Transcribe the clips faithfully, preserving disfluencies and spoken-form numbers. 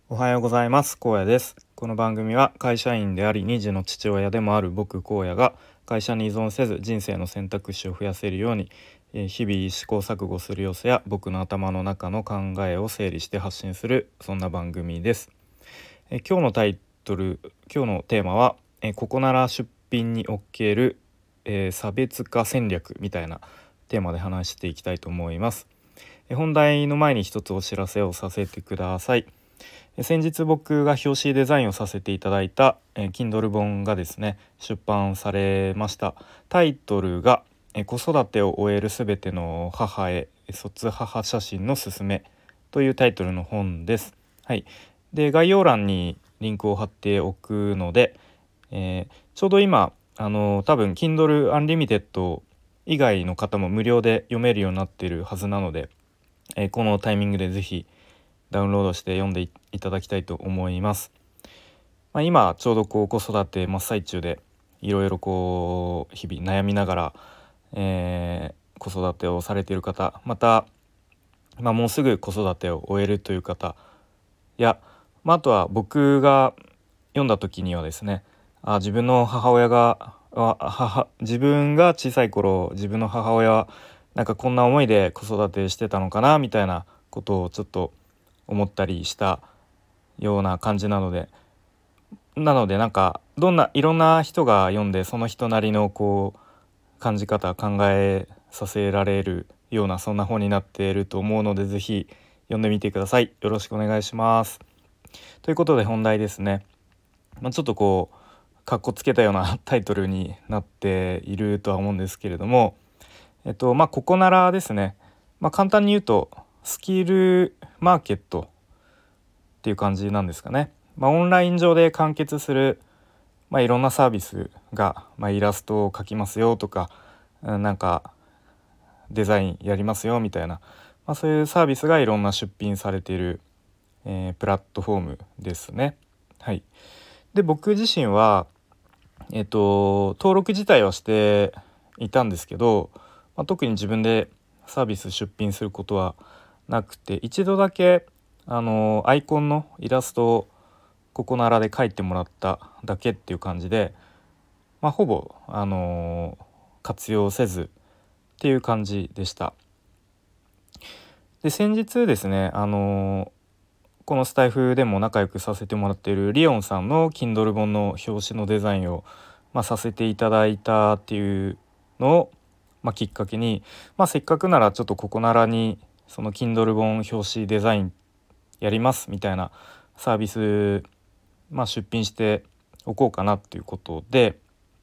おはようございます。荒野です。この番組は会社員でありに児の父親でもある僕荒野が会社に依存せず人生の選択肢を増やせるようにえー日々試行錯誤する様子や僕の頭の中の考えを整理して発信するそんな番組です。えー今日のタイトル今日のテーマはえーここなら出品における、えー差別化戦略みたいなテーマで話していきたいと思います。えー本題の前に一つお知らせをさせてください。先日僕が表紙デザインをさせていただいた、えー Kindle 本がですね出版されました。タイトルが、えー子育てを終えるすべての母へ卒母写真のすすめというタイトルの本です。はい、で概要欄にリンクを貼っておくので、えーちょうど今あの多分 Kindle Unlimited 以外の方も無料で読めるようになっているはずなので、えーこのタイミングでぜひダウンロードして読んでいいただきたいと思います。まあ、今ちょうどこう子育て真っ最中でいろいろこう日々悩みながら、えー子育てをされている方、また、まあ、もうすぐ子育てを終えるという方や、まあ、あとは僕が読んだ時にはですね、あ自分の母親があ母自分が小さい頃自分の母親はなんかこんな思いで子育てしてたのかなみたいなことをちょっと思ったりしたような感じなのでなのでなんかどんないろんな人が読んでその人なりのこう感じ方考えさせられるようなそんな本になっていると思うのでぜひ読んでみてください。よろしくお願いします。ということで本題ですね。まあ、ちょっとこうかっこつけたようなタイトルになっているとは思うんですけれども、えっとまあここならですね、まあ、簡単に言うとスキルマーケットっていう感じなんですかね。まあ、オンライン上で完結する、まあ、いろんなサービスが、まあ、イラストを描きますよとか、うんなんかデザインやりますよみたいな、まあ、そういうサービスがいろんな出品されている、えープラットフォームですね。はい、で僕自身は、えっと、登録自体はしていたんですけど、まあ、特に自分でサービス出品することはなくて一度だけあのアイコンのイラストをここならで描いてもらっただけっていう感じで、まあ、ほぼ、あの活用せずっていう感じでした。で先日ですね、あのこのスタイフでも仲良くさせてもらっているリオンさんの Kindle 本の表紙のデザインを、まあ、させていただいたっていうのを、まあ、きっかけに、まあ、せっかくならちょっとここならにその Kindle 本表紙デザインやりますみたいなサービス、まあ、出品しておこうかなっていうことで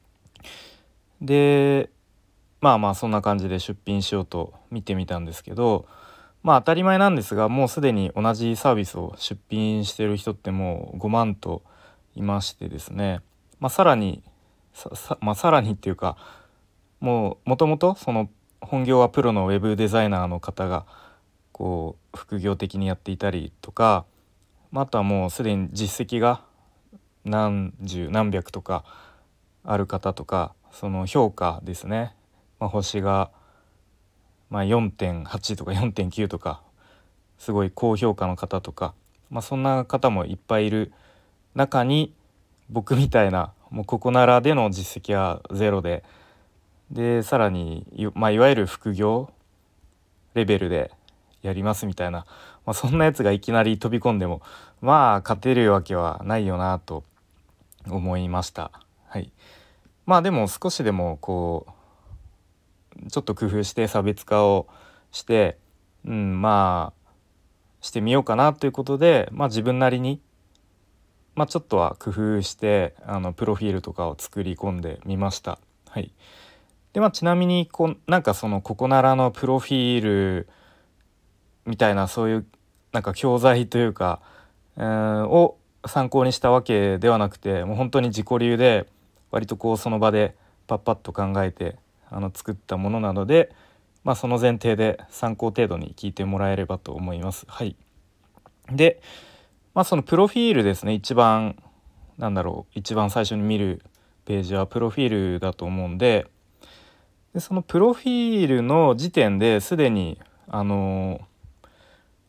でまあまあそんな感じで出品しようと見てみたんですけど、まあ当たり前なんですがもうすでに同じサービスを出品してる人ってもうごまんといましてですね、まあ、さらにささ、まあ、さらにっていうかもうもともとその本業はプロのウェブデザイナーの方がこう副業的にやっていたりとか、まあ、あとはもうすでに実績が何十何百とかある方とかその評価ですね、まあ、星がまあよんてんはちとかよんてんきゅうとかすごい高評価の方とか、まあ、そんな方もいっぱいいる中に僕みたいなもうここならでの実績はゼロででさらにい、まあ、いわゆる副業レベルでやりますみたいな、まあ、そんなやつがいきなり飛び込んでもまあ勝てるわけはないよなと思いました。はい、まあでも少しでもこうちょっと工夫して差別化をして、うん、まあしてみようかなということで、まあ、自分なりに、まあ、ちょっとは工夫してあのプロフィールとかを作り込んでみました。はい、で、まあ、ちなみにこなんかそのココナラのプロフィールみたいなそういうなんか教材というか、えーを参考にしたわけではなくてもう本当に自己流で割とこうその場でパッパッと考えてあの作ったものなので、まあ、その前提で参考程度に聞いてもらえればと思います。はい、で、まあ、そのプロフィールですね。一番なんだろう一番最初に見るページはプロフィールだと思うんで、でそのプロフィールの時点ですでにあの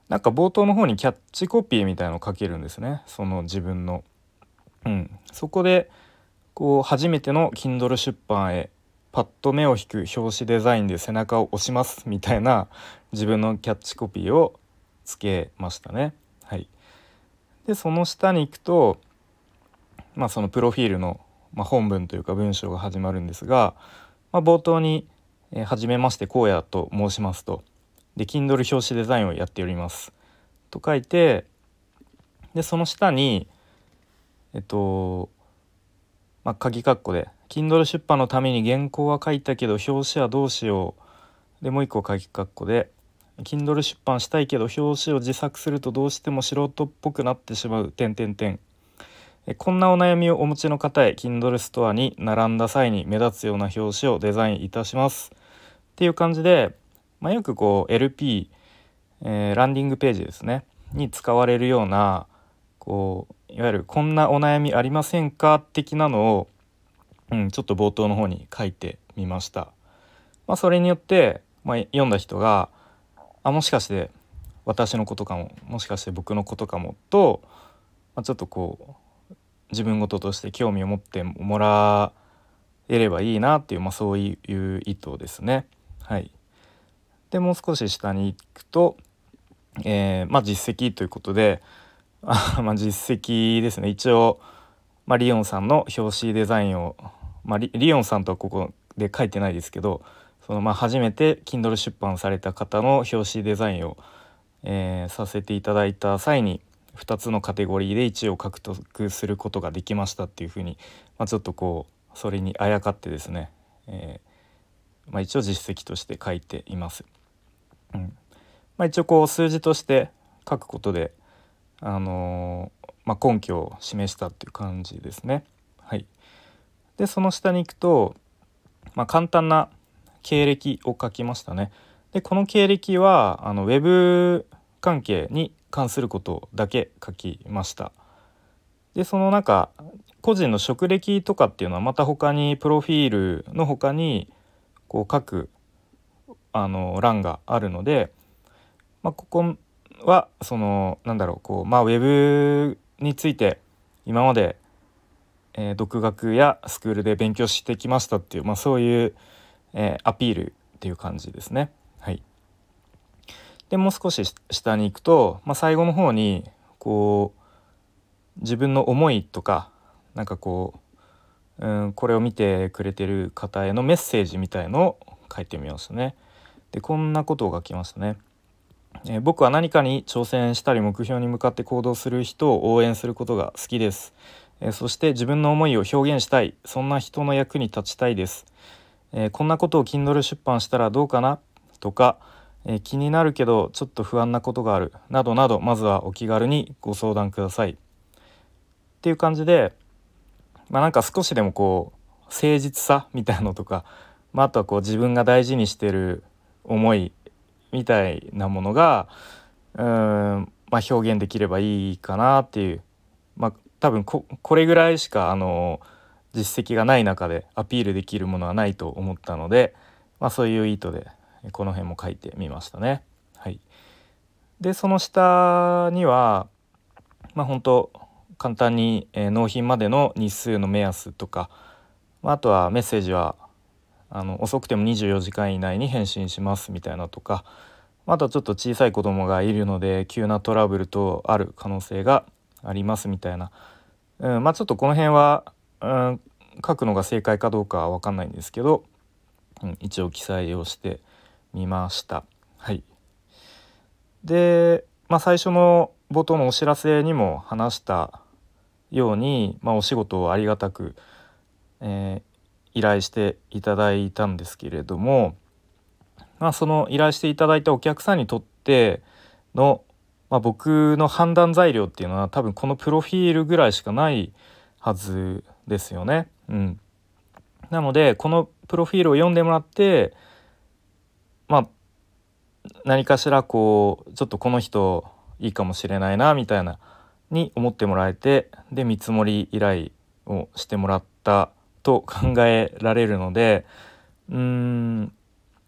なんか冒頭の方にキャッチコピーみたいなのを書けるんですね、その自分の。うん、そこでこう初めての Kindle 出版へパッと目を引く表紙デザインで背中を押しますみたいな自分のキャッチコピーをつけましたね。はい、でその下に行くと、まあ、そのプロフィールの、まあ、本文というか文章が始まるんですが、まあ、冒頭に「えー、はじめまして荒野と申します」と。で Kindle 表紙デザインをやっておりますと書いて、でその下にえっとまあ、鍵括弧で Kindle 出版のために原稿は書いたけど表紙はどうしよう。でもう一個鍵括弧で Kindle 出版したいけど表紙を自作するとどうしても素人っぽくなってしまう点点点。えこんなお悩みをお持ちの方へ Kindle ストアに並んだ際に目立つような表紙をデザインいたしますっていう感じで、まあ、よくこう エルピー、えーランディングページですねに使われるようなこういわゆるこんなお悩みありませんか的なのを、うん、ちょっと冒頭の方に書いてみました。まあ、それによって、まあ、読んだ人があもしかして私のことかももしかして僕のことかもと、まあ、ちょっとこう自分事として興味を持ってもらえればいいなっていう、まあ、そういう意図ですね。はい、でもう少し下に行くと、えーまあ、実績ということであまあ実績ですね。一応、まあ、リオンさんの表紙デザインを、まあ、リ, リオンさんとはここで書いてないですけど、そのまあ初めて Kindle 出版された方の表紙デザインを、えーさせていただいた際にふたつのカテゴリーでいちいを獲得することができましたっていうふうに、まあ、ちょっとこうそれにあやかってですね、えーまあ、一応実績として書いています。うんまあ、一応こう数字として書くことであのーまあ、根拠を示したっていう感じですね。はい、でその下に行くと、まあ、簡単な経歴を書きましたね。でこの経歴はあのウェブ関係に関することだけ書きました。でその中個人の職歴とかっていうのはまた他にプロフィールの他にこう書くあの欄があるので、まあ、ここはそのなんだろうこうまあウェブについて今まで、えー独学やスクールで勉強してきましたっていう、まあ、そういう、えーアピールっていう感じですね。はい、でもう少し下に行くと、まあ、最後の方にこう自分の思いとかなんかこう、うん、これを見てくれてる方へのメッセージみたいのを書いてみましたね。でこんなことを書きましたね。えー僕は何かに挑戦したり目標に向かって行動する人を応援することが好きです。えーそして自分の思いを表現したい、そんな人の役に立ちたいです。えーこんなことを Kindle 出版したらどうかなとか、えー気になるけどちょっと不安なことがあるなどなど、まずはお気軽にご相談くださいっていう感じで、まあ、なんか少しでもこう誠実さみたいなのとか、まあ、あとはこう自分が大事にしてる思いみたいなものがうーん、まあ、表現できればいいかなっていう、まあ、多分 こ, これぐらいしかあの実績がない中でアピールできるものはないと思ったので、まあ、そういう意図でこの辺も書いてみましたね。はい、でその下には、まあ、本当簡単に、えー納品までの日数の目安とか、まあ、あとはメッセージはあの遅くてもにじゅうよじかん以内に返信しますみたいなとか、あとはちょっと小さい子供がいるので急なトラブルとある可能性がありますみたいな、うん、まあちょっとこの辺は、うん、書くのが正解かどうかは分かんないんですけど、うん、一応記載をしてみました。はい、で、まあ、最初の冒頭のお知らせにも話したように、まあ、お仕事をありがたく、えー依頼していただいたんですけれども、まあ、その依頼していただいたお客さんにとっての、まあ、僕の判断材料っていうのは多分このプロフィールぐらいしかないはずですよね。うん、なのでこのプロフィールを読んでもらって、まあ、何かしらこうちょっとこの人いいかもしれないなみたいなに思ってもらえて、で見積もり依頼をしてもらったと考えられるので、うーん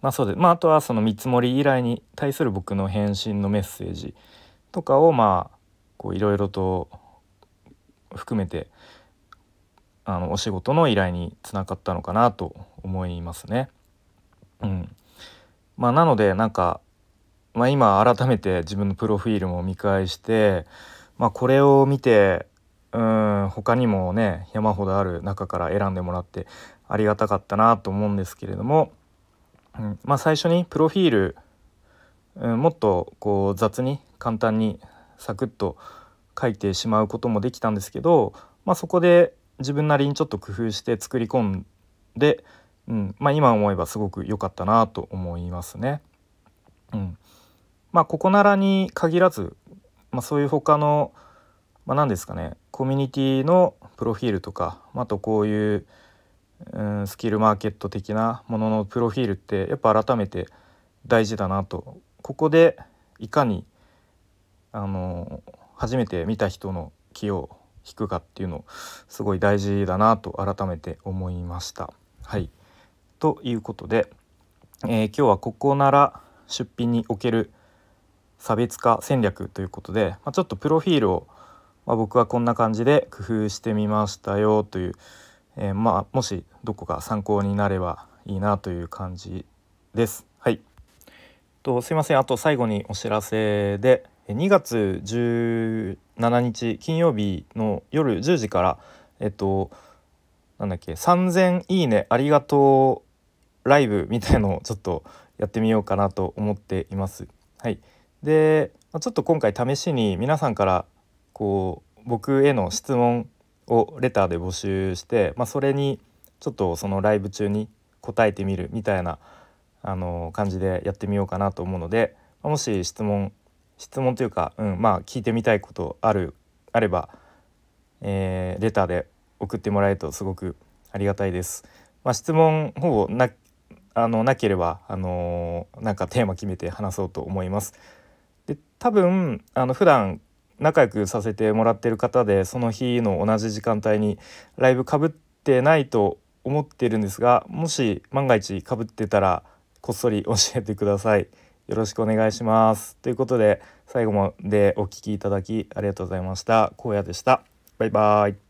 まあそうで、まああとはその見積もり依頼に対する僕の返信のメッセージとかをまあこういろいろと含めてあのお仕事の依頼につながったのかなと思いますね。うん、まあなのでなんか、まあ、今改めて自分のプロフィールも見返して、まあ、これを見てうん他にもね山ほどある中から選んでもらってありがたかったなと思うんですけれども、うん、まあ最初にプロフィール、うん、もっとこう雑に簡単にサクッと書いてしまうこともできたんですけど、まあ、そこで自分なりにちょっと工夫して作り込んで、うんまあ、今思えばすごく良かったなと思いますね。うんまあ、ここならに限らず、まあ、そういう他の、まあ、何ですかねコミュニティのプロフィールとか、あとこういう、うん、スキルマーケット的なもののプロフィールってやっぱ改めて大事だなと。ここでいかにあの初めて見た人の気を引くかっていうのすごい大事だなと改めて思いました。はい、ということで、えー今日はここなら出品における差別化戦略ということで、まあ、ちょっとプロフィールを、まあ、僕はこんな感じで工夫してみましたよという、えーまあもしどこか参考になればいいなという感じです。はい。とすいません、あと最後にお知らせでにがつじゅうしちにち金曜日の夜じゅうじからえっとなんだっけさんぜんいいねありがとうライブみたいのをちょっとやってみようかなと思っています。はい、でちょっと今回試しに皆さんからこう僕への質問をレターで募集して、まあ、それにちょっとそのライブ中に答えてみるみたいなあの感じでやってみようかなと思うので、もし質問質問というか、うん、まあ聞いてみたいことあるあれば、えーレターで送ってもらえるとすごくありがたいです。まあ、質問ほぼなあのなければ、あのーなんかテーマ決めて話そうと思います。で多分あの普段仲良くさせてもらってる方でその日の同じ時間帯にライブかぶってないと思ってるんですが、もし万が一かぶってたらこっそり教えてください。よろしくお願いします。ということで最後までお聞きいただきありがとうございました。荒野でした。バイバイ。